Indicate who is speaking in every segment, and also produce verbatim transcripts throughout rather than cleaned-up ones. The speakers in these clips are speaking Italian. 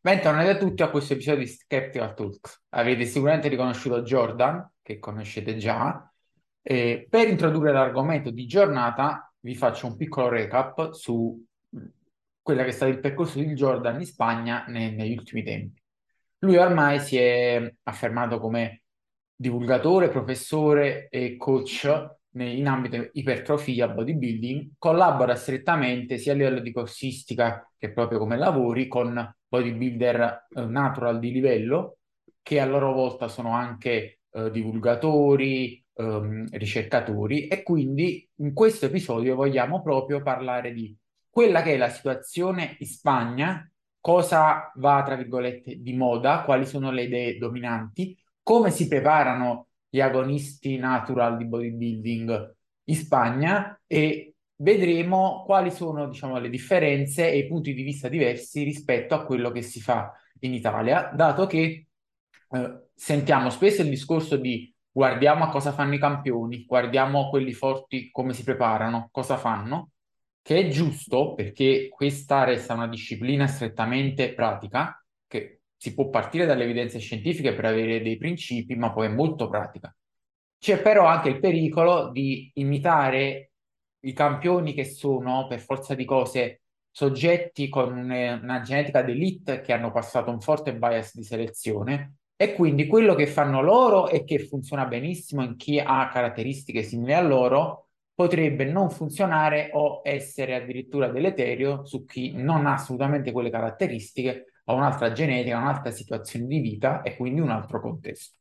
Speaker 1: Bentornati a tutti a questo episodio di Skeptical Talk. Avete sicuramente riconosciuto Jordan, che conoscete già. E per introdurre l'argomento di giornata, vi faccio un piccolo recap su quella che è stato il percorso di Jordan in Spagna ne- negli ultimi tempi. Lui ormai si è affermato come divulgatore, professore e coach ne- in ambito ipertrofia, bodybuilding, collabora strettamente sia a livello di corsistica che proprio come lavori con bodybuilder eh, natural di livello, che a loro volta sono anche eh, divulgatori, ehm, ricercatori, e quindi in questo episodio vogliamo proprio parlare di quella che è la situazione in Spagna, cosa va, tra virgolette, di moda, quali sono le idee dominanti, come si preparano gli agonisti natural di bodybuilding in Spagna e vedremo quali sono, diciamo, le differenze e i punti di vista diversi rispetto a quello che si fa in Italia, dato che eh, sentiamo spesso il discorso di guardiamo a cosa fanno i campioni, guardiamo quelli forti come si preparano, cosa fanno, che è giusto perché questa resta una disciplina strettamente pratica, che si può partire dalle evidenze scientifiche per avere dei principi, ma poi è molto pratica. C'è però anche il pericolo di imitare i campioni che sono, per forza di cose, soggetti con un- una genetica d'élite che hanno passato un forte bias di selezione e quindi quello che fanno loro e che funziona benissimo in chi ha caratteristiche simili a loro potrebbe non funzionare o essere addirittura deleterio su chi non ha assolutamente quelle caratteristiche, ha un'altra genetica, un'altra situazione di vita e quindi un altro contesto.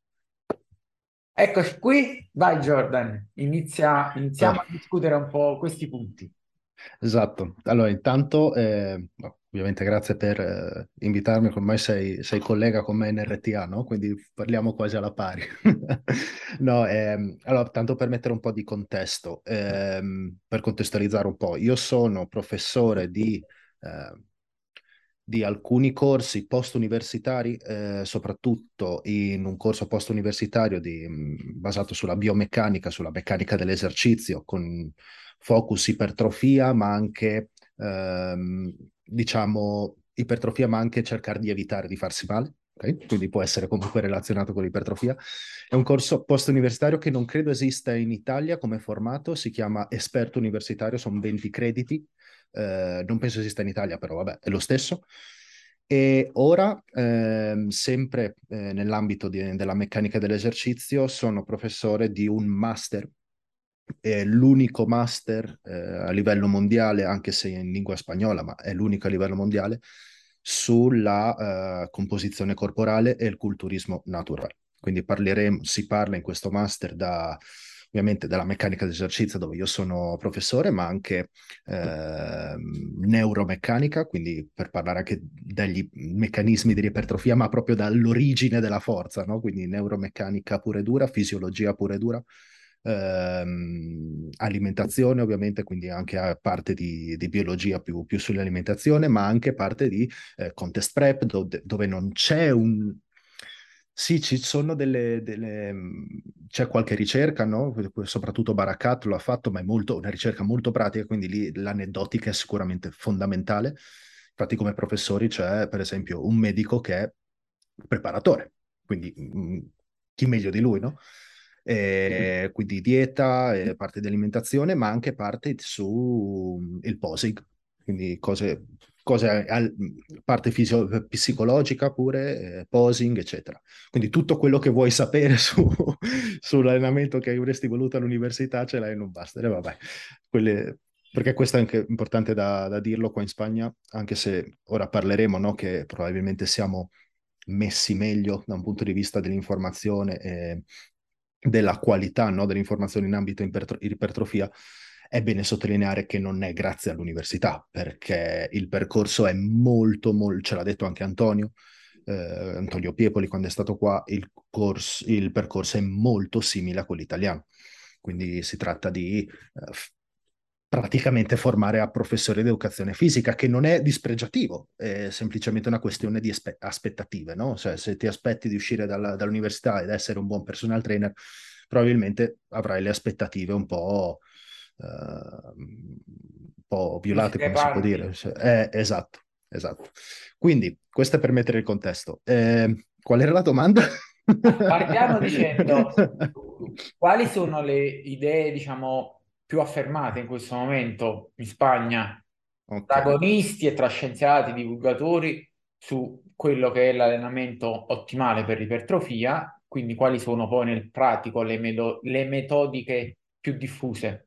Speaker 1: Eccoci qui, vai Jordan, inizia,
Speaker 2: Eh,
Speaker 1: iniziamo a discutere un po' questi punti.
Speaker 2: esatto. Allora, intanto, eh, no, ovviamente grazie per eh, invitarmi, ormai sei, sei collega con me in R T A, no? Quindi parliamo quasi alla pari. No, ehm, allora, tanto per mettere un po' di contesto, ehm, per contestualizzare un po', io sono professore di, eh, di alcuni corsi post-universitari, eh, soprattutto in un corso post-universitario di, mh, basato sulla biomeccanica, sulla meccanica dell'esercizio, con focus ipertrofia, ma anche, ehm, diciamo, ipertrofia, ma anche cercare di evitare di farsi male. Ok? Quindi può essere comunque relazionato con l'ipertrofia. È un corso post-universitario che non credo esista in Italia come formato, si chiama esperto universitario, sono venti crediti, eh, non penso esista in Italia, però vabbè, è lo stesso. E ora, ehm, sempre eh, nell'ambito di- della meccanica dell'esercizio, sono professore di un master, è l'unico master eh, a livello mondiale, anche se in lingua spagnola, ma è l'unico a livello mondiale, sulla eh, composizione corporale e il culturismo naturale. Quindi parleremo, si parla in questo master da, ovviamente dalla meccanica d'esercizio dove io sono professore, ma anche eh, neuromeccanica, quindi per parlare anche degli meccanismi di ipertrofia, ma proprio dall'origine della forza, no? Quindi neuromeccanica pura e dura, fisiologia pura e dura, ehm, alimentazione ovviamente, quindi anche a parte di, di biologia più, più sull'alimentazione, ma anche parte di eh, contest prep, dove, dove non c'è un... Sì, ci sono delle, delle... c'è qualche ricerca, no? Soprattutto Barakat lo ha fatto, ma è molto, una ricerca molto pratica, quindi lì l'aneddotica è sicuramente fondamentale. Infatti come professori c'è per esempio un medico che è preparatore, quindi mh, chi meglio di lui, no? E quindi dieta, eh, parte di alimentazione, ma anche parte su il posing, quindi cose, cose al- parte fisio- psicologica pure, eh, posing, eccetera. Quindi tutto quello che vuoi sapere su, sull'allenamento che avresti voluto all'università ce l'hai in un master. E vabbè, quelle- perché questo è anche importante da, da dirlo qua in Spagna, anche se ora parleremo, no, che probabilmente siamo messi meglio da un punto di vista dell'informazione e della qualità, no, dell'informazione in ambito ipertro- ipertrofia, è bene sottolineare che non è grazie all'università, perché il percorso è molto, molto, ce l'ha detto anche Antonio, eh, Antonio Piepoli quando è stato qua, il, corso, il percorso è molto simile a quello italiano. Quindi si tratta di eh, f- praticamente formare a professori di educazione fisica, che non è dispregiativo, è semplicemente una questione di aspe- aspettative, no? Cioè, se ti aspetti di uscire dalla- dall'università ed essere un buon personal trainer, probabilmente avrai le aspettative un po', eh, un po' violate, come si può
Speaker 1: Discrepanti.
Speaker 2: dire. Cioè, eh, esatto. esatto. Quindi, questo è per mettere il contesto. Eh, qual era la domanda?
Speaker 1: Partiamo dicendo quali sono le idee, diciamo, più affermate in questo momento in Spagna,
Speaker 2: Ok.
Speaker 1: tra agonisti e tra scienziati, divulgatori, su quello che è l'allenamento ottimale per l'ipertrofia, quindi quali sono poi nel pratico le, medo- le metodiche più diffuse.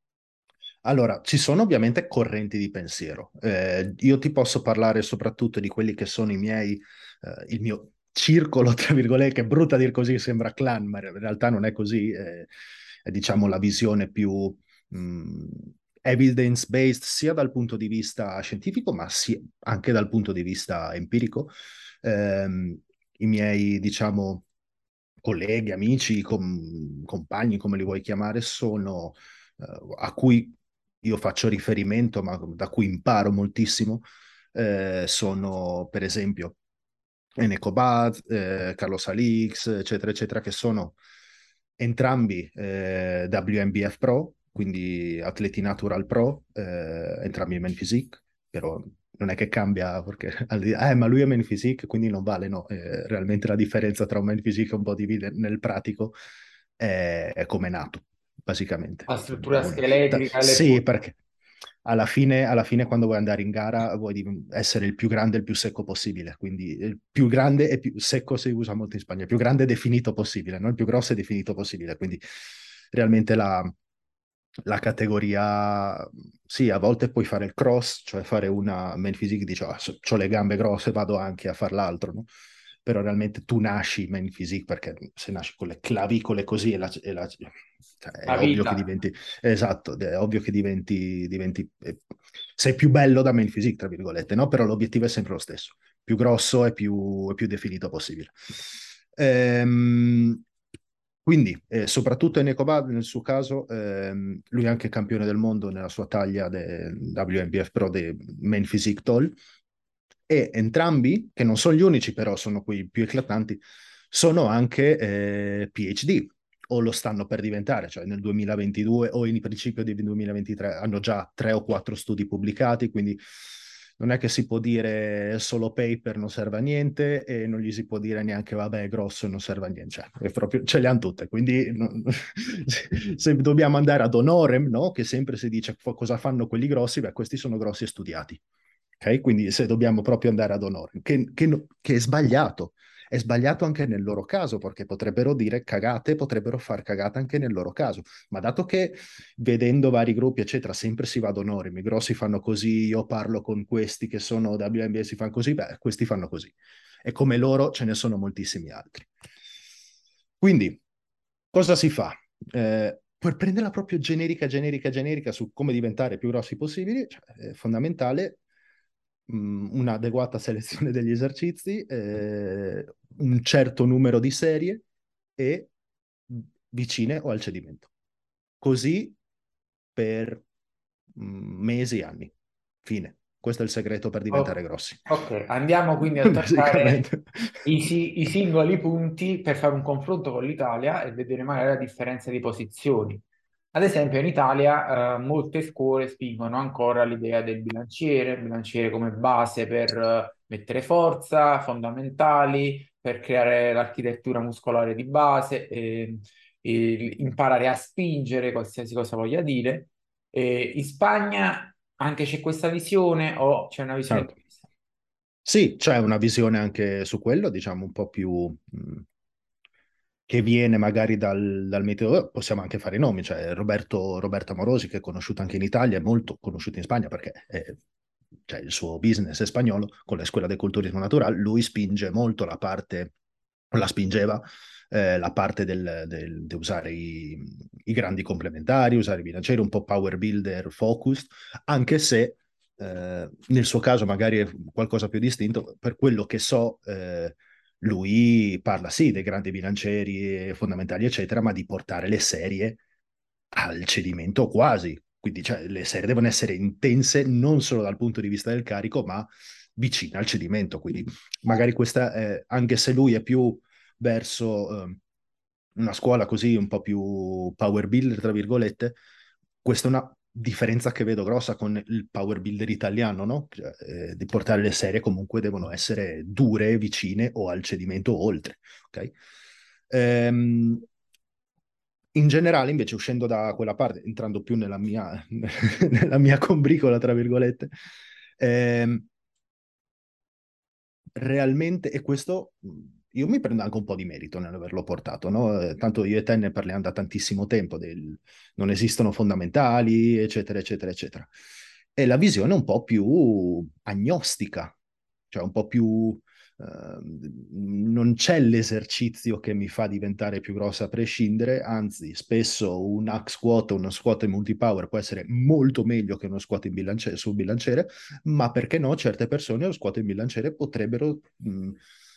Speaker 2: Allora, ci sono ovviamente correnti di pensiero. Eh, io ti posso parlare soprattutto di quelli che sono i miei, eh, il mio circolo, tra virgolette, che è brutta a dir così, sembra clan, ma in realtà non è così. eh, è diciamo la visione più mh, evidence-based sia dal punto di vista scientifico, ma sì, anche dal punto di vista empirico. Ehm, I miei, diciamo, colleghi, amici, com- compagni, come li vuoi chiamare, sono eh, a cui io faccio riferimento, ma da cui imparo moltissimo, eh, sono per esempio Eneko Baz, eh, Carlos Alix, eccetera, eccetera, che sono entrambi eh, W M B F Pro, quindi atleti natural pro, eh, entrambi Men Physique, però non è che cambia perché, eh, ma lui è Men Physique, quindi non vale, no. Eh, realmente la differenza tra un Men Physique e un bodybuilder nel pratico è, è come è nato, basicamente.
Speaker 1: La struttura
Speaker 2: Un- da-
Speaker 1: scheletrica e le
Speaker 2: sì,
Speaker 1: forme.
Speaker 2: perché alla fine, alla fine, quando vuoi andare in gara, vuoi div- essere il più grande e il più secco possibile. Quindi il più grande e più secco si usa molto in Spagna, il più grande e definito possibile, non il più grosso e definito possibile. Quindi realmente la, la categoria, sì, a volte puoi fare il cross, cioè fare una main physique, dici, ah, ho le gambe grosse, vado anche a far l'altro, no? Però realmente tu nasci main physique perché se nasci con le clavicole così e la, e la- cioè,
Speaker 1: La
Speaker 2: è ovvio che
Speaker 1: vita,
Speaker 2: diventi, esatto, è ovvio che diventi, diventi eh, sei più bello da main physique, tra virgolette, no? Però l'obiettivo è sempre lo stesso, più grosso e più, e più definito possibile. Ehm, quindi, eh, soprattutto Eneko Bad, nel suo caso, ehm, lui è anche campione del mondo nella sua taglia del W M B F Pro dei Main Physique Tall, e entrambi, che non sono gli unici, però sono quei più eclatanti, sono anche eh, PhD, o lo stanno per diventare, cioè nel duemilaventidue o in principio del duemilaventitré hanno già tre o quattro studi pubblicati, quindi non è che si può dire solo paper non serve a niente e non gli si può dire neanche vabbè è grosso e non serve a niente, cioè, è proprio, ce le hanno tutte, quindi no, se, se dobbiamo andare ad honorem, no? Che sempre si dice cosa fanno quelli grossi, beh questi sono grossi e studiati. Okay? Quindi se dobbiamo proprio andare ad onore, che, che, che è sbagliato, è sbagliato anche nel loro caso, perché potrebbero dire cagate, potrebbero far cagate anche nel loro caso, ma dato che vedendo vari gruppi, eccetera, sempre si va ad onore, i grossi fanno così, io parlo con questi che sono W N B A, si fanno così, beh, questi fanno così. E come loro ce ne sono moltissimi altri. Quindi, cosa si fa? Eh, per prenderla proprio generica, generica, generica su come diventare più grossi possibili, cioè, è fondamentale mh, un'adeguata selezione degli esercizi, eh, un certo numero di serie e vicine o al cedimento. Così per mh, mesi e anni. Fine. Questo è il segreto per diventare
Speaker 1: oh,
Speaker 2: grossi.
Speaker 1: ok, andiamo quindi a toccare
Speaker 2: Basicamente.
Speaker 1: i, si- i singoli punti per fare un confronto con l'Italia e vedere magari la differenza di posizioni. Ad esempio, in Italia, eh, molte scuole spingono ancora l'idea del bilanciere, il bilanciere come base per eh, mettere forza, fondamentali, per creare l'architettura muscolare di base, e, e imparare a spingere, qualsiasi cosa voglia dire. E in Spagna anche c'è questa visione o c'è una visione
Speaker 2: Certo.
Speaker 1: diversa?
Speaker 2: Sì, c'è una visione anche su quello, diciamo un po' più mh, che viene magari dal, dal metodo, possiamo anche fare i nomi, cioè Roberto, Roberto Amorosi, che è conosciuto anche in Italia, è molto conosciuto in Spagna perché è, cioè, il suo business è spagnolo, con la scuola del culturismo naturale, lui spinge molto la parte, la spingeva, eh, la parte del, del, di usare i, i grandi complementari, usare i bilancieri, un po' power builder focused, anche se eh, nel suo caso magari è qualcosa più distinto, per quello che so, eh, lui parla sì dei grandi bilancieri fondamentali, eccetera, ma di portare le serie al cedimento quasi. Quindi cioè, le serie devono essere intense non solo dal punto di vista del carico, ma vicine al cedimento. Quindi magari questa, è, anche se lui è più verso eh, una scuola così un po' più power builder, tra virgolette, questa è una differenza che vedo grossa con il power builder italiano, no? Cioè, eh, di portare le serie comunque devono essere dure, vicine o al cedimento o oltre, ok? Ehm, In generale, invece, uscendo da quella parte, entrando più nella mia, nella mia combricola, tra virgolette, ehm, realmente, e questo mh, io mi prendo anche un po' di merito nell'averlo portato, no? Eh, Tanto io e te ne parliamo da tantissimo tempo, del non esistono fondamentali, eccetera, eccetera, eccetera. E la visione un po' più agnostica, cioè un po' più ehm, non c'è l'esercizio che mi fa diventare più grossa a prescindere, anzi, spesso un hack squat o uno squat in multipower può essere molto meglio che uno squat in bilance- sul bilanciere, ma perché no, certe persone lo squat in bilanciere potrebbero mh,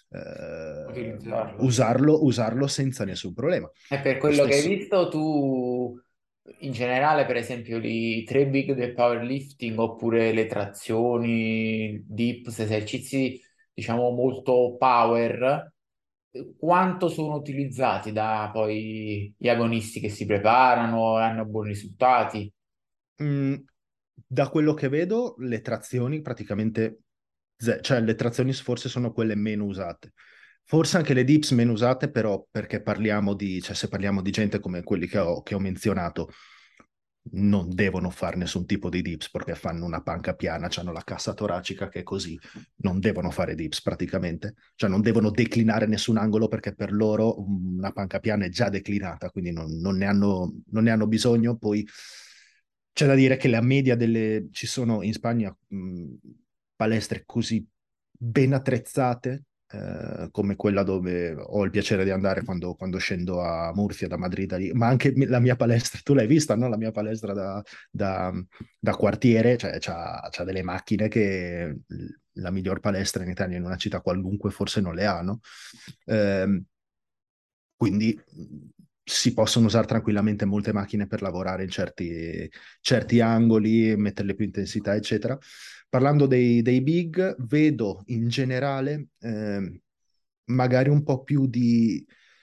Speaker 2: eh,
Speaker 1: utilizzarlo.
Speaker 2: usarlo, usarlo senza nessun problema.
Speaker 1: E per
Speaker 2: Lo
Speaker 1: quello che hai
Speaker 2: stesso.
Speaker 1: visto, tu in generale, per esempio, i tre big del powerlifting oppure le trazioni, dips, esercizi, diciamo, molto power, quanto sono utilizzati da poi gli agonisti che si preparano e hanno buoni risultati?
Speaker 2: Mm, Da quello che vedo, le trazioni praticamente, ze- cioè le trazioni forse sono quelle meno usate. Forse anche le dips meno usate, però perché parliamo di, cioè se parliamo di gente come quelli che ho, che ho menzionato, non devono fare nessun tipo di dips perché fanno una panca piana, hanno la cassa toracica che è così, non devono fare dips praticamente, cioè non devono declinare nessun angolo perché per loro una panca piana è già declinata, quindi non, non ne hanno, non ne hanno bisogno. Poi c'è da dire che la media delle... ci sono in Spagna mh, palestre così ben attrezzate eh, come quella dove ho il piacere di andare quando, quando scendo a Murcia da Madrid, lì. Ma anche mi- la mia palestra, tu l'hai vista, no? La mia palestra da, da- da quartiere, cioè c'ha, c'ha delle macchine che la miglior palestra in Italia in una città qualunque forse non le ha, no? Ehm, quindi mh, si possono usare tranquillamente molte macchine per lavorare in certi, certi angoli, metterle più intensità, eccetera. Parlando dei, dei big, vedo in generale ehm, magari un po' più di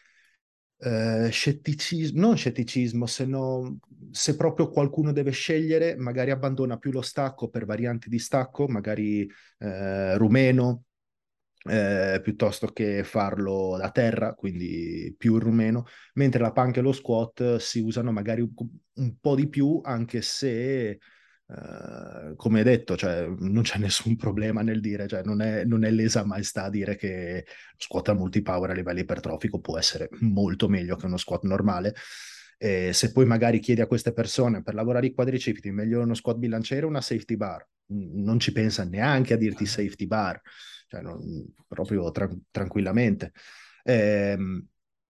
Speaker 2: eh, scetticismo, non scetticismo, se no, se proprio qualcuno deve scegliere, magari abbandona più lo stacco per varianti di stacco, magari eh, rumeno, eh, piuttosto che farlo da terra, quindi più il rumeno, mentre la panca e lo squat si usano magari un, un po' di più, anche se, eh, come hai detto, cioè, non c'è nessun problema nel dire, cioè, non è, non è lesa maestà dire che lo squat a multipower a livello ipertrofico può essere molto meglio che uno squat normale. E se poi magari chiedi a queste persone per lavorare i quadricipiti, meglio uno squat bilanciere o una safety bar, non ci pensa neanche a dirti safety bar, cioè non- proprio tra- tranquillamente. Ehm,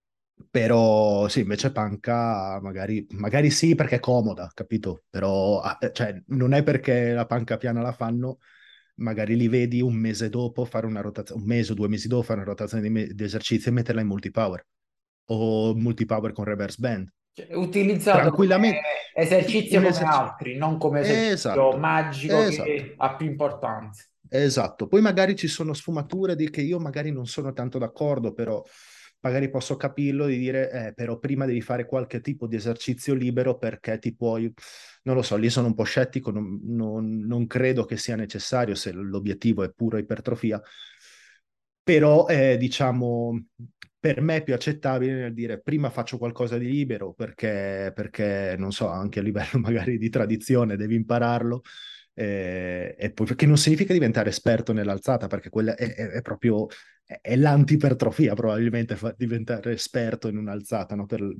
Speaker 2: Però sì, invece panca magari, magari sì perché è comoda, capito? Però ah, eh, cioè, non è perché la panca piana la fanno, magari li vedi un mese dopo fare una rotazione, un mese o due mesi dopo fare una rotazione di, me- di esercizio e metterla in multipower o multipower con reverse band.
Speaker 1: Cioè, utilizzato come
Speaker 2: Tranquillamente
Speaker 1: esercizio
Speaker 2: un
Speaker 1: come
Speaker 2: esercizio.
Speaker 1: altri, non come esercizio
Speaker 2: Esatto,
Speaker 1: magico
Speaker 2: esatto.
Speaker 1: che ha più importanza.
Speaker 2: Esatto, poi magari ci sono sfumature di che io magari non sono tanto d'accordo, però magari posso capirlo di dire, eh, però prima devi fare qualche tipo di esercizio libero perché ti puoi, non lo so, lì sono un po' scettico, non, non- non credo che sia necessario se l'obiettivo è pura ipertrofia, però eh, diciamo, per me è più accettabile nel dire prima faccio qualcosa di libero perché, perché non so, anche a livello magari di tradizione devi impararlo eh, e poi perché non significa diventare esperto nell'alzata, perché quella è, è- è proprio è, è l'antipertrofia, probabilmente fa diventare esperto in un'alzata, no? Per-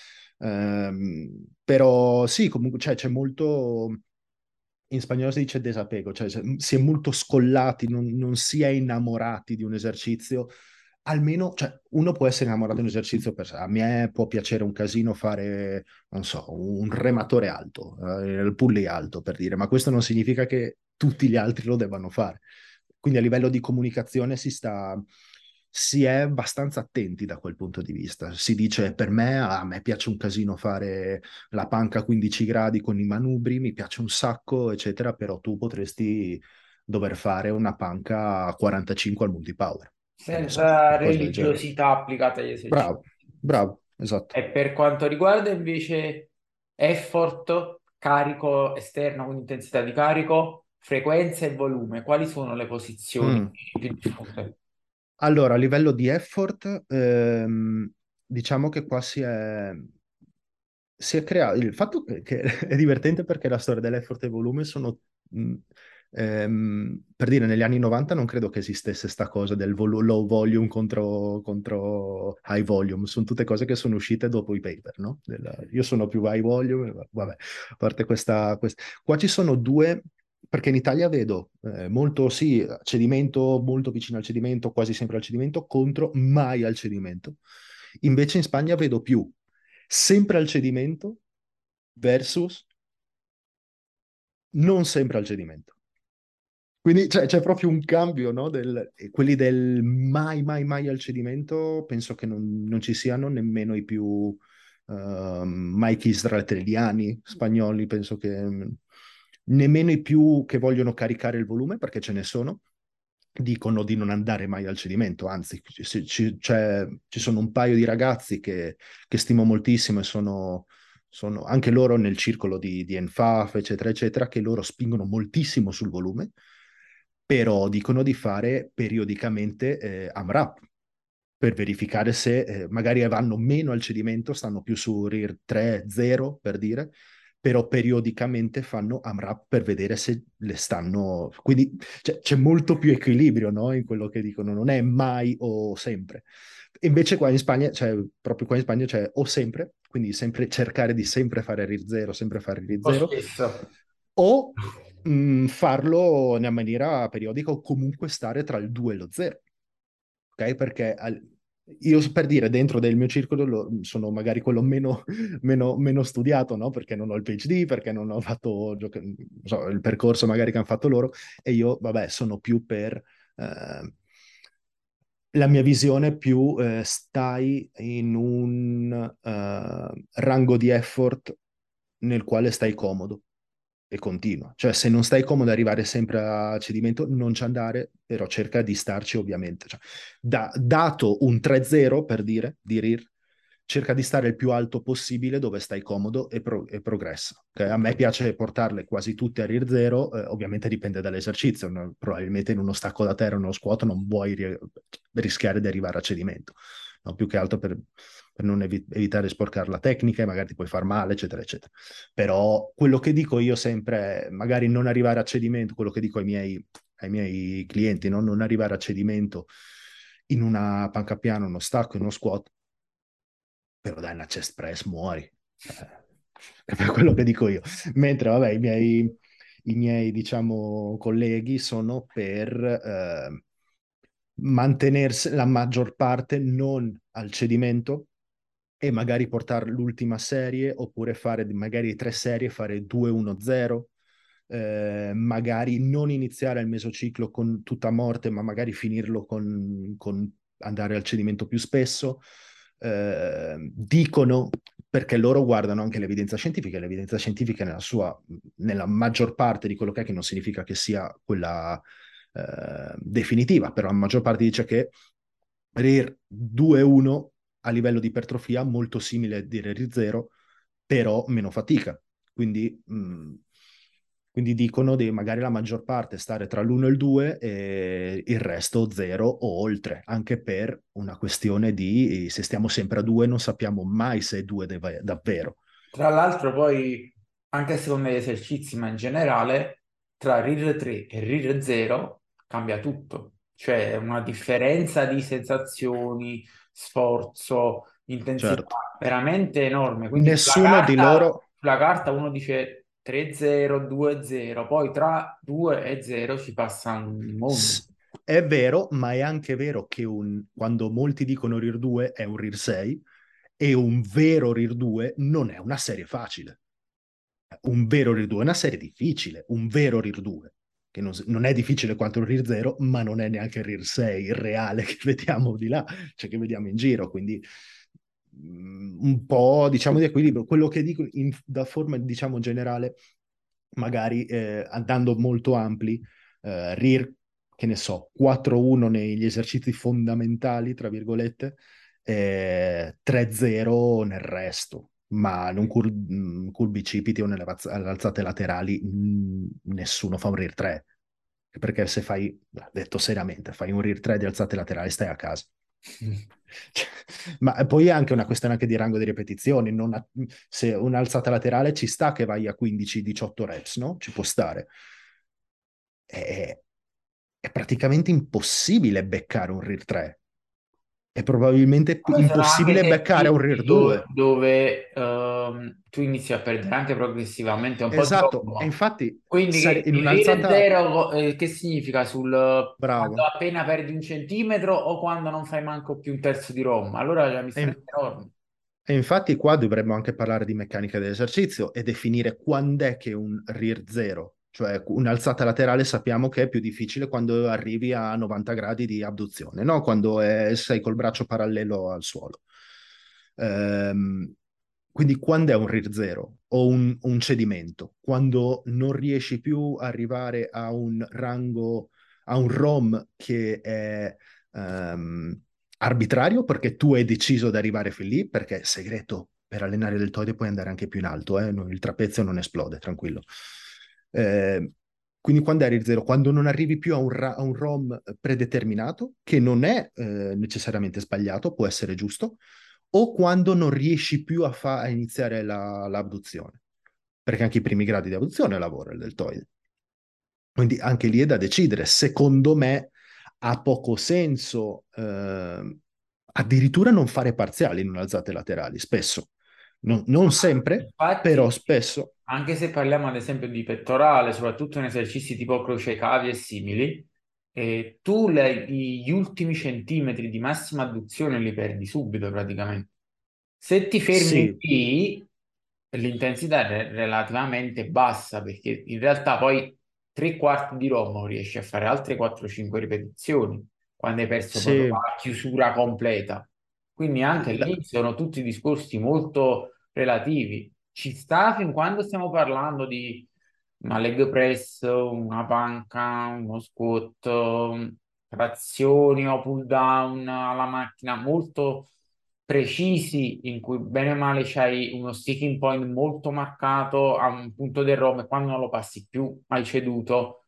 Speaker 2: ehm, però sì, comunque cioè, c'è molto. In spagnolo si dice desapego, cioè se- si è molto scollati, non, non si è innamorati di un esercizio. Almeno, cioè, uno può essere innamorato di un esercizio per sé. A me può piacere un casino fare, non so, un rematore alto, eh, il pulley alto per dire, ma questo non significa che tutti gli altri lo debbano fare. Quindi a livello di comunicazione si sta, si è abbastanza attenti da quel punto di vista. Si dice per me, a me piace un casino fare la panca a quindici gradi con i manubri, mi piace un sacco, eccetera, però tu potresti dover fare una panca a quarantacinque al multipower, che ne so,
Speaker 1: Senza
Speaker 2: una cosa del genere.
Speaker 1: religiosità applicata agli esercizi.
Speaker 2: Bravo, bravo, esatto.
Speaker 1: E per quanto riguarda invece effort, carico esterno, quindi intensità di carico, frequenza e volume. Quali sono le posizioni
Speaker 2: Mm.
Speaker 1: più diffuse?
Speaker 2: Allora, a livello di effort, ehm, diciamo che qua si è, si è creato il fatto che, che è divertente perché la storia dell'effort e volume sono mh, ehm, per dire negli anni novanta non credo che esistesse sta cosa del volu- low volume contro, contro high volume, sono tutte cose che sono uscite dopo i paper, no? Della- io sono più high volume, va- vabbè, a parte questa, questa- qua ci sono due, perché in Italia vedo eh, molto sì, cedimento molto vicino al cedimento, quasi sempre al cedimento, contro mai al cedimento. Invece in Spagna vedo più sempre al cedimento versus non sempre al cedimento. Quindi c'è, c'è proprio un cambio, no? Del, e quelli del mai, mai, mai al cedimento, penso che non, non ci siano nemmeno i più uh, Mike israeliani, spagnoli, penso che mm, nemmeno i più che vogliono caricare il volume, perché ce ne sono, dicono di non andare mai al cedimento, anzi ci, ci- c'è- ci sono un paio di ragazzi che, che stimo moltissimo e sono, sono anche loro nel circolo di, di N F A F, eccetera, eccetera, che loro spingono moltissimo sul volume, però dicono di fare periodicamente eh, AMRAP per verificare se eh, magari vanno meno al cedimento, stanno più su R I R tre zero per dire, però periodicamente fanno AMRAP per vedere se le stanno... Quindi c'è, c'è molto più equilibrio, no? In quello che dicono, non è mai o sempre. Invece qua in Spagna, cioè proprio qua in Spagna c'è o sempre, quindi sempre cercare di sempre fare R I R zero, sempre fare R I R
Speaker 1: O
Speaker 2: zero,
Speaker 1: spesso.
Speaker 2: o mh, farlo in maniera periodica o comunque stare tra il due e lo zero, ok? Perché al- io per dire, dentro del mio circolo lo- sono magari quello meno, meno, meno studiato, no? Perché non ho il PhD, perché non ho fatto gioca- non so, il percorso magari che hanno fatto loro, e io, vabbè, sono più per... eh, la mia visione più eh, stai in un eh, rango di effort nel quale stai comodo e continua. Cioè, se non stai comodo arrivare sempre a cedimento, non ci andare, però cerca di starci ovviamente. Cioè, da- dato un tre zero per dire, di R I R, cerca di stare il più alto possibile dove stai comodo e, pro- e progressa. Okay? A me piace portarle quasi tutte a R I R zero, eh, ovviamente dipende dall'esercizio, no? Probabilmente in uno stacco da terra o uno squat non vuoi ri- rischiare di arrivare a cedimento, no? Più che altro per, per non evi- evitare di sporcare la tecnica e magari ti puoi far male, eccetera, eccetera. Però quello che dico io sempre è magari non arrivare a cedimento, quello che dico ai miei, ai miei clienti, no? Non arrivare a cedimento in una panca piana, uno stacco, in uno squat, però dai, una chest press muori. Eh, è per quello che dico io. Mentre, vabbè, i miei, i miei diciamo, colleghi sono per eh, mantenersi la maggior parte non al cedimento e magari portare l'ultima serie oppure fare magari tre serie, fare due uno zero, eh, magari non iniziare il mesociclo con tutta morte, ma magari finirlo con, con andare al cedimento più spesso. Eh, dicono, perché loro guardano anche l'evidenza scientifica, e l'evidenza scientifica nella sua, nella maggior parte di quello che è, che non significa che sia quella eh, definitiva, però la maggior parte dice che R I R due uno a livello di ipertrofia molto simile a dire R I R zero, però meno fatica. Quindi, mh, quindi dicono di magari la maggior parte stare tra l'uno e il due e il resto zero o oltre, anche per una questione di se stiamo sempre a due non sappiamo mai se è due deve- davvero.
Speaker 1: Tra l'altro poi, anche a seconda degli esercizi, ma in generale, tra R I R tre e R I R zero cambia tutto. C'è una differenza di sensazioni, sforzo,
Speaker 2: Certo.
Speaker 1: intensità veramente enorme. Quindi sulla
Speaker 2: Nessuno di
Speaker 1: carta,
Speaker 2: loro
Speaker 1: sulla carta uno dice tre zero, due zero, poi tra due e zero ci passa un mondo.
Speaker 2: S- È vero, ma è anche vero che un- quando molti dicono R I R due è un R I R sei e un vero R I R due non è una serie facile. Un vero R I R due è una serie difficile, un vero R I R due, che non, non è difficile quanto il R I R zero, ma non è neanche il R I R sei, il reale che vediamo di là, cioè che vediamo in giro, quindi mh, un po' diciamo di equilibrio. Quello che dico in, da forma diciamo generale, magari eh, andando molto ampli, eh, R I R, che ne so, quattro uno negli esercizi fondamentali, tra virgolette, eh, tre zero nel resto. ma non cur- mh, col bicipiti o nelle alz- alle alzate laterali mh, nessuno fa un rear tre, perché se fai, detto seriamente, fai un rear tre di alzate laterali stai a casa. Cioè, ma poi è anche una questione anche di rango di ripetizioni, non ha- se un'alzata laterale ci sta che vai a quindici diciotto reps, no? Ci può stare. È, è praticamente impossibile beccare un rear tre. È probabilmente p-
Speaker 1: Poi sono anche
Speaker 2: impossibile beccare un
Speaker 1: esempi
Speaker 2: rear
Speaker 1: do-
Speaker 2: due.
Speaker 1: dove ehm, tu inizi a perdere anche progressivamente un po' di
Speaker 2: Esatto, e
Speaker 1: roba.
Speaker 2: infatti
Speaker 1: Quindi
Speaker 2: sare-
Speaker 1: che
Speaker 2: in
Speaker 1: il Rire
Speaker 2: un'alzata
Speaker 1: Zero eh, che significa sul quando
Speaker 2: bravo.
Speaker 1: appena perdi un centimetro o quando non fai manco più un terzo di Roma? Allora c'è una
Speaker 2: E, in-
Speaker 1: differenza enorme.
Speaker 2: e infatti qua dovremmo anche parlare di meccanica dell'esercizio e definire quando è che un rear zero, cioè un'alzata laterale sappiamo che è più difficile quando arrivi a novanta gradi di abduzione, no? Quando è- sei col braccio parallelo al suolo. Ehm, quindi quando è un rear zero o un, un cedimento? Quando non riesci più a arrivare a un rango, a un ROM che è ehm, arbitrario perché tu hai deciso di arrivare fin lì, perché è segreto per allenare il deltoide puoi andare anche più in alto, eh? Il trapezio non esplode, tranquillo. Eh, quindi quando arrivi zero, quando non arrivi più a un, ra- a un ROM predeterminato, che non è eh, necessariamente sbagliato, può essere giusto, o quando non riesci più a, fa- a iniziare la- l'abduzione, perché anche i primi gradi di abduzione lavora il deltoide. Quindi anche lì è da decidere. Secondo me ha poco senso eh, addirittura non fare parziali in alzate laterali, spesso. Non, non sempre, però
Speaker 1: Infatti,
Speaker 2: spesso.
Speaker 1: anche se parliamo ad esempio di pettorale, soprattutto in esercizi tipo croce cavi e simili, eh, tu le- gli ultimi centimetri di massima adduzione li perdi subito praticamente. Se ti fermi
Speaker 2: Sì,
Speaker 1: qui, l'intensità è relativamente bassa perché in realtà poi tre quarti di Roma riesci a fare altre quattro cinque ripetizioni quando hai perso proprio
Speaker 2: sì.
Speaker 1: la chiusura completa. Quindi anche
Speaker 2: La-
Speaker 1: lì sono tutti discorsi molto relativi. Ci sta fin quando stiamo parlando di una leg press, una panca, uno squat, um, trazioni o pull down alla macchina molto precisi in cui bene o male c'hai uno sticking point molto marcato a un punto del ROM e quando non lo passi più hai ceduto,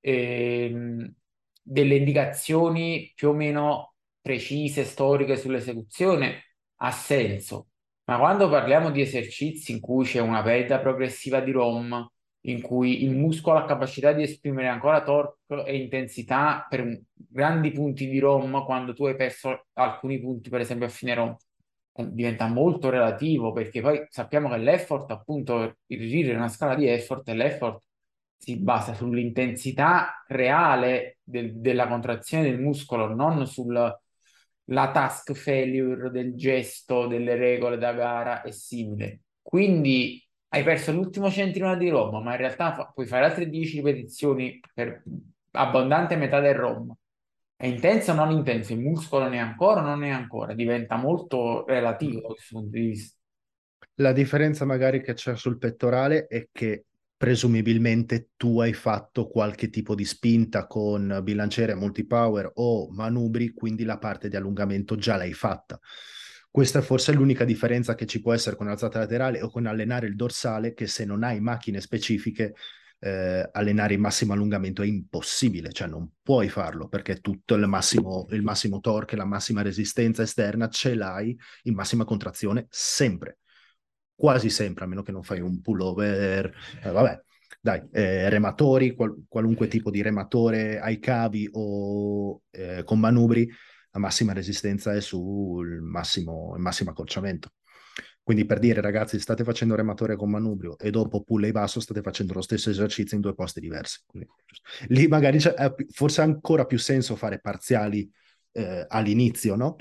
Speaker 1: ehm, delle indicazioni più o meno precise, storiche sull'esecuzione ha senso. Ma quando parliamo di esercizi in cui c'è una perdita progressiva di ROM, in cui il muscolo ha capacità di esprimere ancora torque e intensità per un- grandi punti di ROM, quando tu hai perso alcuni punti, per esempio a fine ROM, eh, diventa molto relativo perché poi sappiamo che l'effort, appunto, il RIR è una scala di effort e l'effort si basa sull'intensità reale del- della contrazione del muscolo, non sulla task failure del gesto, delle regole da gara e simile. Quindi hai perso l'ultimo centimetro di Roma, ma in realtà fa- puoi fare altre dieci ripetizioni per abbondante metà del ROM. È intenso o non intenso? Il muscolo ne è ancora o non ne è ancora? Diventa molto relativo da questo punto di vista.
Speaker 2: La differenza magari che c'è sul pettorale è che presumibilmente tu hai fatto qualche tipo di spinta con bilanciere multipower o manubri, quindi la parte di allungamento già l'hai fatta. Questa è forse l'unica differenza che ci può essere con alzata laterale o con allenare il dorsale, che se non hai macchine specifiche, eh, allenare il massimo allungamento è impossibile, cioè non puoi farlo perché tutto il massimo, il massimo torque, la massima resistenza esterna ce l'hai in massima contrazione sempre, quasi sempre, a meno che non fai un pullover, eh, vabbè, dai, eh, rematori, qual- qualunque tipo di rematore ai cavi o eh, con manubri, la massima resistenza è sul massimo, il massimo accorciamento. Quindi per dire, ragazzi, state facendo rematore con manubrio e dopo pull e basso state facendo lo stesso esercizio in due posti diversi. Quindi, lì magari c'è è pi- forse ha ancora più senso fare parziali eh, all'inizio, no?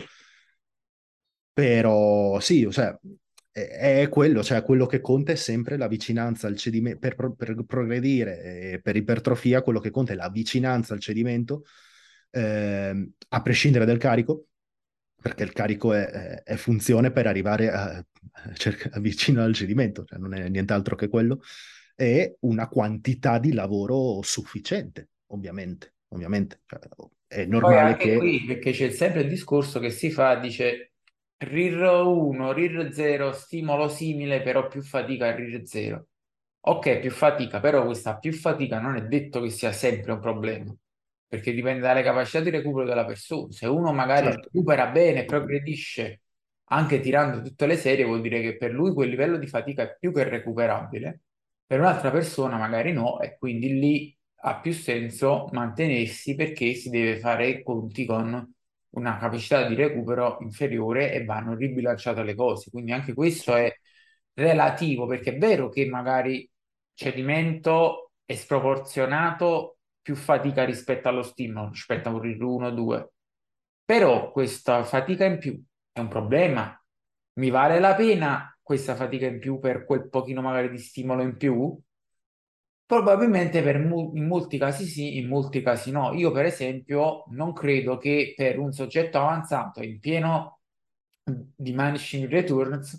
Speaker 2: Però sì, cioè, è, è quello, cioè quello che conta è sempre la vicinanza al cedimento, per, pro- per progredire e per ipertrofia quello che conta è la vicinanza al cedimento, ehm, a prescindere dal carico, perché il carico è, è- è funzione per arrivare a, a cerca- vicino al cedimento, cioè non è nient'altro che quello, e una quantità di lavoro sufficiente, ovviamente, ovviamente. Cioè, è
Speaker 1: Poi
Speaker 2: normale
Speaker 1: anche
Speaker 2: che
Speaker 1: qui, perché c'è sempre il discorso che si fa, dice R I R uno, R I R zero, stimolo simile, però più fatica al R I R zero. Ok, più fatica, però questa più fatica non è detto che sia sempre un problema, perché dipende dalle capacità di recupero della persona. Se uno magari
Speaker 2: Certo.
Speaker 1: recupera bene e progredisce anche tirando tutte le serie, vuol dire che per lui quel livello di fatica è più che recuperabile, per un'altra persona magari no, e quindi lì ha più senso mantenersi perché si deve fare i conti con una capacità di recupero inferiore e vanno ribilanciate le cose. Quindi anche questo
Speaker 2: Sì.
Speaker 1: è relativo, perché è vero che magari cedimento è sproporzionato, più fatica rispetto allo stimolo, rispetto a un R I R uno due. Però questa fatica in più è un problema. Mi vale la pena questa fatica in più per quel pochino magari di stimolo in più? Probabilmente per mu- in molti casi sì, in molti casi no. Io, per esempio, non credo che per un soggetto avanzato in pieno diminishing returns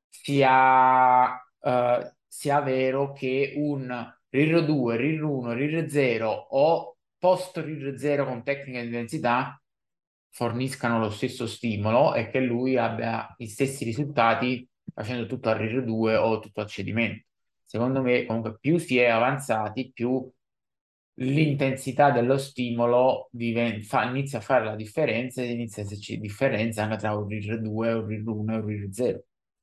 Speaker 1: sia, eh, sia vero che un R I R due, R I R uno, R I R zero o post R I R zero con tecnica di densità forniscano lo stesso stimolo e che lui abbia gli stessi risultati facendo tutto a R I R due o tutto a cedimento. Secondo me, comunque, più si è avanzati, più l'intensità dello stimolo diven- fa- inizia a fare la differenza ed inizia ad esserci differenza anche tra un R I R due, un R I R uno e un R I R zero.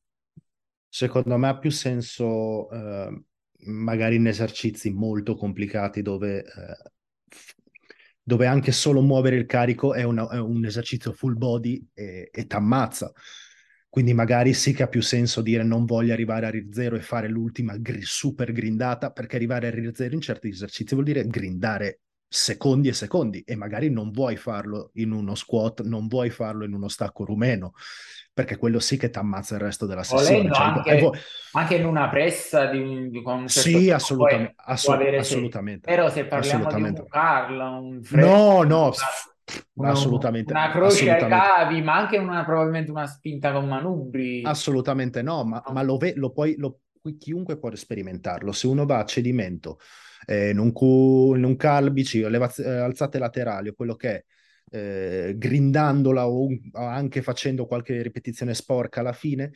Speaker 2: Secondo me ha più senso, eh, magari in esercizi molto complicati dove, eh, f- dove anche solo muovere il carico è, una- è un esercizio full body e, e t'ammazza. Quindi magari sì che ha più senso dire non voglio arrivare a R I R zero e fare l'ultima gri- super grindata, perché arrivare a R I R zero in certi esercizi vuol dire grindare secondi e secondi e magari non vuoi farlo in uno squat, non vuoi farlo in uno stacco rumeno, perché quello sì che ti ammazza il resto della sessione.
Speaker 1: Volendo
Speaker 2: Cioè, hai vo- hai vo-
Speaker 1: anche, anche in una pressa di, di- con un certo
Speaker 2: sì,
Speaker 1: tempo può,
Speaker 2: assolutamente,
Speaker 1: può
Speaker 2: assolut-
Speaker 1: avere senso.
Speaker 2: assolutamente,
Speaker 1: Però se parliamo di un
Speaker 2: assolutamente.
Speaker 1: Carl, un Fred,
Speaker 2: No, no,
Speaker 1: una, una-
Speaker 2: assolutamente,
Speaker 1: una croce ai
Speaker 2: assolutamente.
Speaker 1: cavi, ma anche una, probabilmente una spinta con manubri.
Speaker 2: Assolutamente no, ma, ma
Speaker 1: No?
Speaker 2: lo, ve- lo puoi, lo- qui chiunque può sperimentarlo. Se uno va a cedimento, eh, in un, cu- in un calbici, o levaz- eh, alzate laterali o quello che è, eh, grindandola o, un- o anche facendo qualche ripetizione sporca alla fine,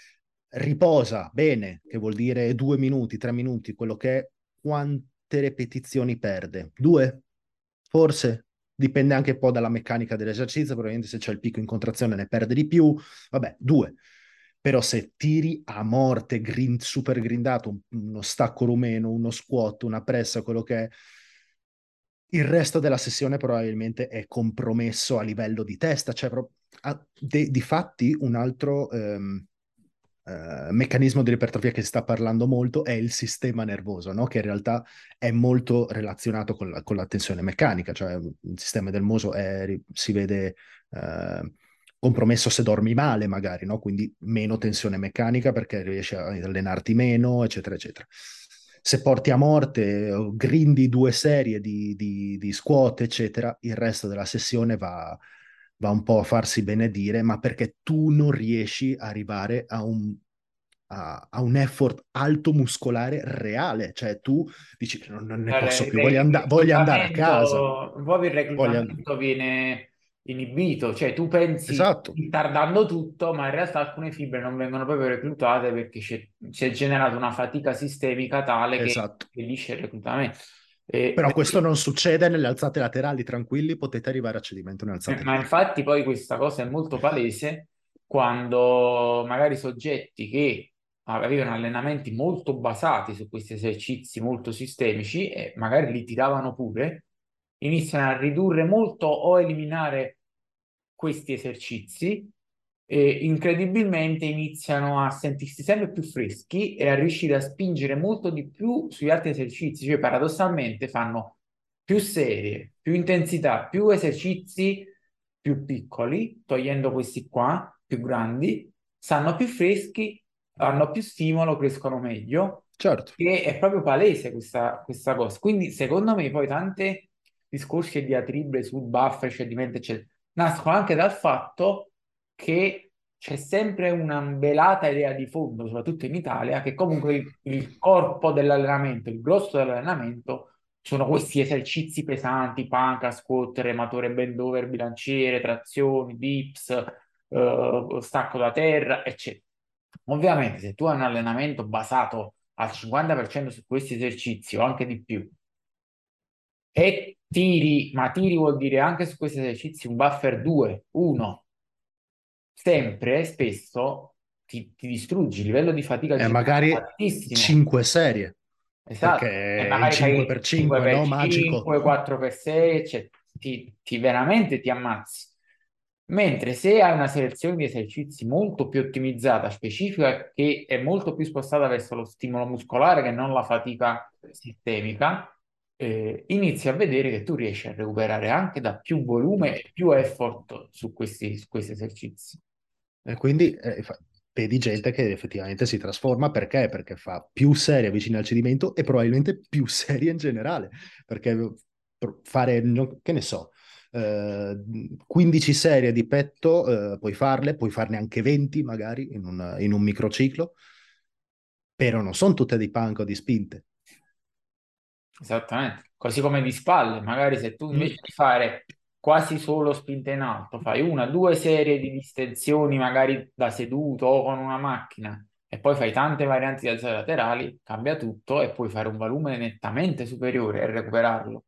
Speaker 2: riposa bene, che vuol dire due minuti, tre minuti, quello che è, quante ripetizioni perde? Due? Forse? Dipende anche un po' dalla meccanica dell'esercizio, probabilmente se c'è il picco in contrazione ne perde di più, vabbè, due. Però se tiri a morte, grind, super grindato, un- uno stacco rumeno, uno squat, una pressa, quello che è, il resto della sessione probabilmente è compromesso a livello di testa. Cioè, pro- a- de- di fatti, un altro ehm, eh, meccanismo dell'ipertrofia che si sta parlando molto è il sistema nervoso, no? Che in realtà è molto relazionato con la, con la tensione meccanica, cioè il sistema nervoso è- si vede eh, compromesso se dormi male, magari, no? Quindi meno tensione meccanica perché riesci a allenarti meno, eccetera, eccetera. Se porti a morte, o grindi due serie di, di, di squat, eccetera, il resto della sessione va, va un po' a farsi benedire, ma perché tu non riesci a arrivare a un, a, a un effort alto muscolare reale, cioè tu dici non, non ne
Speaker 1: Il
Speaker 2: posso più, voglio,
Speaker 1: il
Speaker 2: and- voglio andare a casa.
Speaker 1: reclutamento, proprio il
Speaker 2: Voglio and-
Speaker 1: reclutamento viene inibito, cioè tu pensi
Speaker 2: Esatto,
Speaker 1: ritardando tutto, ma in realtà alcune fibre non vengono proprio reclutate perché c'è si è generata una fatica sistemica tale che
Speaker 2: esatto.
Speaker 1: impedisce il reclutamento. E-
Speaker 2: Però questo non succede nelle alzate laterali, tranquilli, potete arrivare a cedimento nelle
Speaker 1: Eh,
Speaker 2: alzate
Speaker 1: Ma
Speaker 2: laterali.
Speaker 1: infatti poi questa cosa è molto palese quando magari soggetti che avevano allenamenti molto basati su questi esercizi molto sistemici e magari li tiravano pure, iniziano a ridurre molto o eliminare questi esercizi e incredibilmente iniziano a sentirsi sempre più freschi e a riuscire a spingere molto di più sugli altri esercizi, cioè paradossalmente fanno più serie, più intensità, più esercizi più piccoli, togliendo questi qua, più grandi, stanno più freschi, hanno più stimolo, crescono meglio,
Speaker 2: Certo,
Speaker 1: e è proprio palese questa, questa cosa. Quindi, secondo me, poi tante discorsi e diatribe sul buffer, cedimento, eccetera, nascono anche dal fatto che c'è sempre una velata idea di fondo, soprattutto in Italia, che comunque il, il corpo dell'allenamento, il grosso dell'allenamento sono questi esercizi pesanti, panca, squat, rematore bend over, bilanciere, trazioni, dips, eh, stacco da terra, eccetera. Ovviamente, se tu hai un allenamento basato al cinquanta per cento su questi esercizi o anche di più, e tiri, ma tiri vuol dire anche su questi esercizi un buffer due, uno, sempre, spesso ti, ti distruggi, il livello di fatica
Speaker 2: E
Speaker 1: generale è
Speaker 2: magari
Speaker 1: altissimo.
Speaker 2: cinque serie,
Speaker 1: Esatto, e
Speaker 2: perché il
Speaker 1: magari
Speaker 2: cinque
Speaker 1: fai
Speaker 2: per
Speaker 1: cinque
Speaker 2: cinque,
Speaker 1: per
Speaker 2: no? Magico.
Speaker 1: cinque, quattro per sei, eccetera. Ti, ti veramente ti ammazzi. Mentre se hai una selezione di esercizi molto più ottimizzata, specifica, che è molto più spostata verso lo stimolo muscolare che non la fatica sistemica, eh, inizi a vedere che tu riesci a recuperare anche da più volume e più effort su questi, su questi esercizi.
Speaker 2: E quindi eh, fa- vedi gente che effettivamente si trasforma perché? Perché fa più serie vicino al cedimento e probabilmente più serie in generale, perché pro- fare, no- che ne so, eh, quindici serie di petto, eh, puoi farle, puoi farne anche venti magari in un, in un microciclo, però non sono tutte di panco o di spinte.
Speaker 1: Esattamente, così come di spalle, magari se tu
Speaker 2: Mm.
Speaker 1: invece di fare quasi solo spinte in alto, fai una, due serie di distensioni magari da seduto o con una macchina e poi fai tante varianti di alzate laterali, cambia tutto e puoi fare un volume nettamente superiore e recuperarlo.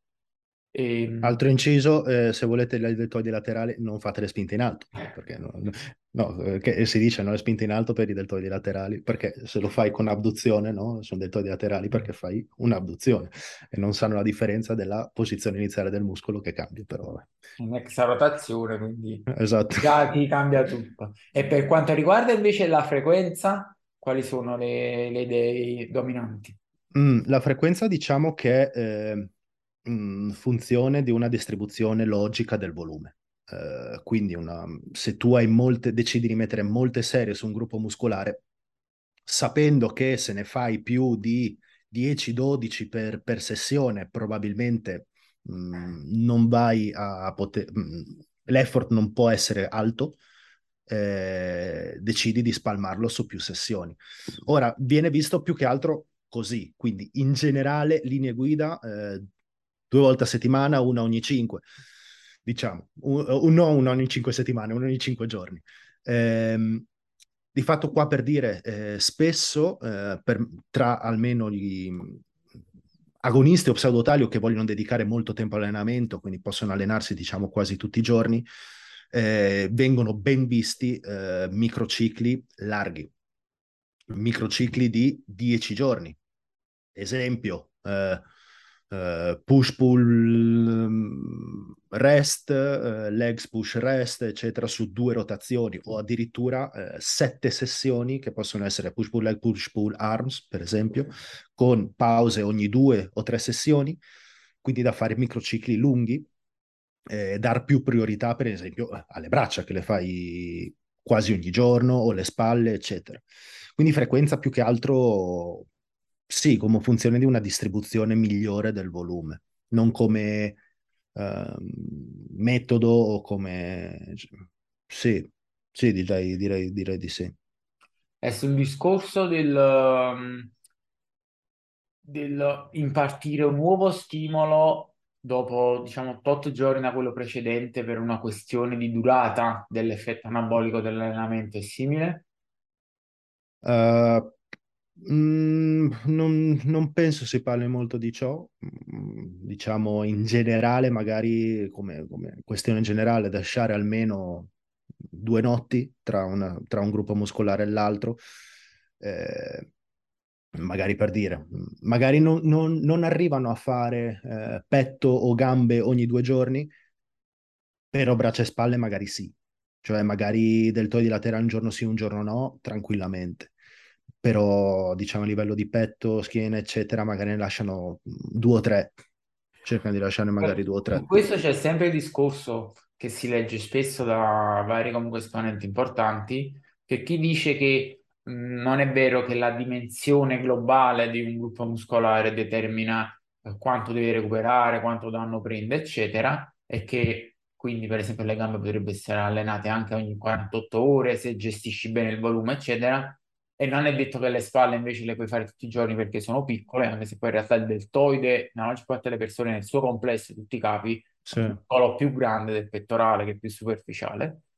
Speaker 1: E,
Speaker 2: Altro inciso, eh, se volete le deltoidi laterali, non fate le spinte in alto, perché no, no, no, eh, che si dice no, le spinte in alto per i deltoidi laterali, perché se lo fai con abduzione, no, sono deltoidi laterali perché fai un'abduzione e non sanno la differenza della posizione iniziale del muscolo che cambia, però vabbè.
Speaker 1: un'exa rotazione, quindi
Speaker 2: Esatto.
Speaker 1: già ti cambia tutto. E per quanto riguarda invece la frequenza, quali sono le, le idee dominanti?
Speaker 2: Mm, la frequenza diciamo che è eh, mm, funzione di una distribuzione logica del volume. Eh, quindi una- se tu hai molte, decidi di mettere molte serie su un gruppo muscolare, sapendo che se ne fai più di dieci dodici per, per sessione, probabilmente mh, non vai a poter, mh, l'effort non può essere alto, eh, decidi di spalmarlo su più sessioni. Ora, viene visto più che altro così, quindi in generale linee guida, eh, due volte a settimana, una ogni cinque, diciamo, un, un, no una ogni cinque settimane, una ogni cinque giorni. Ehm, di fatto qua per dire, eh, spesso eh, per, tra almeno gli agonisti o pseudotalio che vogliono dedicare molto tempo all'allenamento, quindi possono allenarsi diciamo quasi tutti i giorni, eh, vengono ben visti eh, microcicli larghi, microcicli di dieci giorni. Esempio, eh, eh, push pull mm, rest, eh, legs push rest, eccetera, su due rotazioni o addirittura eh, sette sessioni che possono essere push pull leg, push pull arms, per esempio, con pause ogni due o tre sessioni, quindi da fare microcicli lunghi, eh, dar più priorità, per esempio, alle braccia che le fai quasi ogni giorno o le spalle, eccetera. Quindi frequenza più che altro, sì, come funzione di una distribuzione migliore del volume, non come ehm, metodo o come... Sì, sì, direi, direi, direi di sì.
Speaker 1: È sul discorso del, um, del impartire un nuovo stimolo dopo, diciamo, tot giorni da quello precedente per una questione di durata dell'effetto anabolico dell'allenamento è simile?
Speaker 2: Uh, mm, non, non penso si parli molto di ciò. Mm, diciamo in generale, magari come, come questione generale, lasciare almeno due notti tra, una- tra un gruppo muscolare e l'altro, eh, magari per dire, magari non, non- non arrivano a fare eh, petto o gambe ogni due giorni, però braccia e spalle magari sì, cioè magari deltoidi laterali un giorno sì, un giorno no, tranquillamente. Però diciamo a livello di petto, schiena, eccetera, magari ne lasciano due o tre, cercano di lasciarne magari due o
Speaker 1: Su
Speaker 2: tre.
Speaker 1: questo c'è sempre il discorso che si legge spesso da vari comunque esponenti importanti, che chi dice che mh, non è vero che la dimensione globale di un gruppo muscolare determina eh, quanto deve recuperare, quanto danno prende, eccetera, e che quindi per esempio le gambe potrebbero essere allenate anche ogni quarantotto ore se gestisci bene il volume, eccetera. E non è detto che le spalle invece le puoi fare tutti i giorni perché sono piccole, anche se poi in realtà il deltoide, nella maggior parte delle persone, nel suo complesso, tutti i capi, è
Speaker 2: Sì.
Speaker 1: un muscolo più grande del pettorale che più superficiale.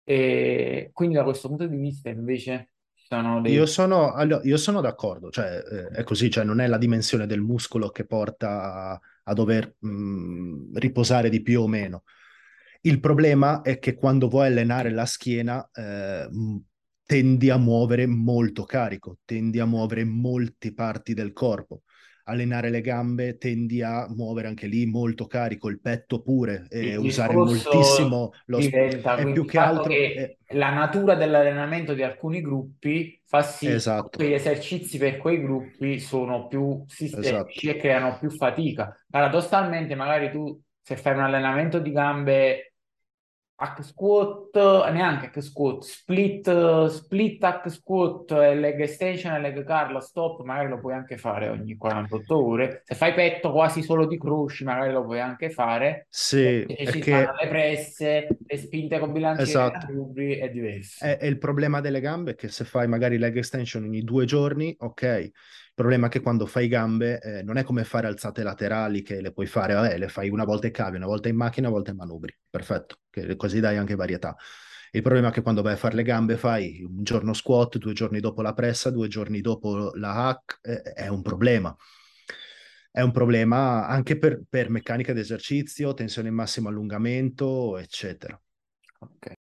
Speaker 1: E quindi da questo punto di vista invece ci sono
Speaker 2: Io
Speaker 1: dei...
Speaker 2: sono, allo- io sono d'accordo, cioè eh, è così, cioè non è la dimensione del muscolo che porta a, a dover mh, riposare di più o meno. Il problema è che quando vuoi allenare la schiena, eh, mh, tendi a muovere molto carico, tendi a muovere molte parti del corpo. Allenare le gambe, tendi a muovere anche lì molto carico, il petto pure, e
Speaker 1: Il
Speaker 2: usare
Speaker 1: discorso
Speaker 2: moltissimo lo... sp-
Speaker 1: diventa
Speaker 2: è
Speaker 1: quindi
Speaker 2: più
Speaker 1: il
Speaker 2: che
Speaker 1: fatto
Speaker 2: altro...
Speaker 1: che
Speaker 2: è-
Speaker 1: la natura dell'allenamento di alcuni gruppi fa sì che
Speaker 2: esatto,
Speaker 1: quegli esercizi per quei gruppi sono più sistemici
Speaker 2: esatto.
Speaker 1: e creano più fatica. Paradossalmente, magari tu se fai un allenamento di gambe hack squat, neanche hack squat, split, split hack squat e leg extension e leg curl stop, magari lo puoi anche fare ogni quarantotto ore. Se fai petto quasi solo di croci, magari lo puoi anche fare.
Speaker 2: Sì,
Speaker 1: Se
Speaker 2: è
Speaker 1: ci stanno
Speaker 2: che
Speaker 1: le presse, le spinte con bilanciere e
Speaker 2: esatto.
Speaker 1: manubri, è diverso.
Speaker 2: È, è il problema delle gambe è che se fai magari leg extension ogni due giorni, ok. Il problema è che quando fai gambe eh, non è come fare alzate laterali che le puoi fare, vabbè, le fai una volta in cavi, una volta in macchina, una volta in manubri. Perfetto, che così dai anche varietà. Il problema è che quando vai a fare le gambe fai un giorno squat, due giorni dopo la pressa, due giorni dopo la hack, eh, è un problema. È un problema anche per, per meccanica d'esercizio, tensione massima allungamento, eccetera.
Speaker 1: Ok.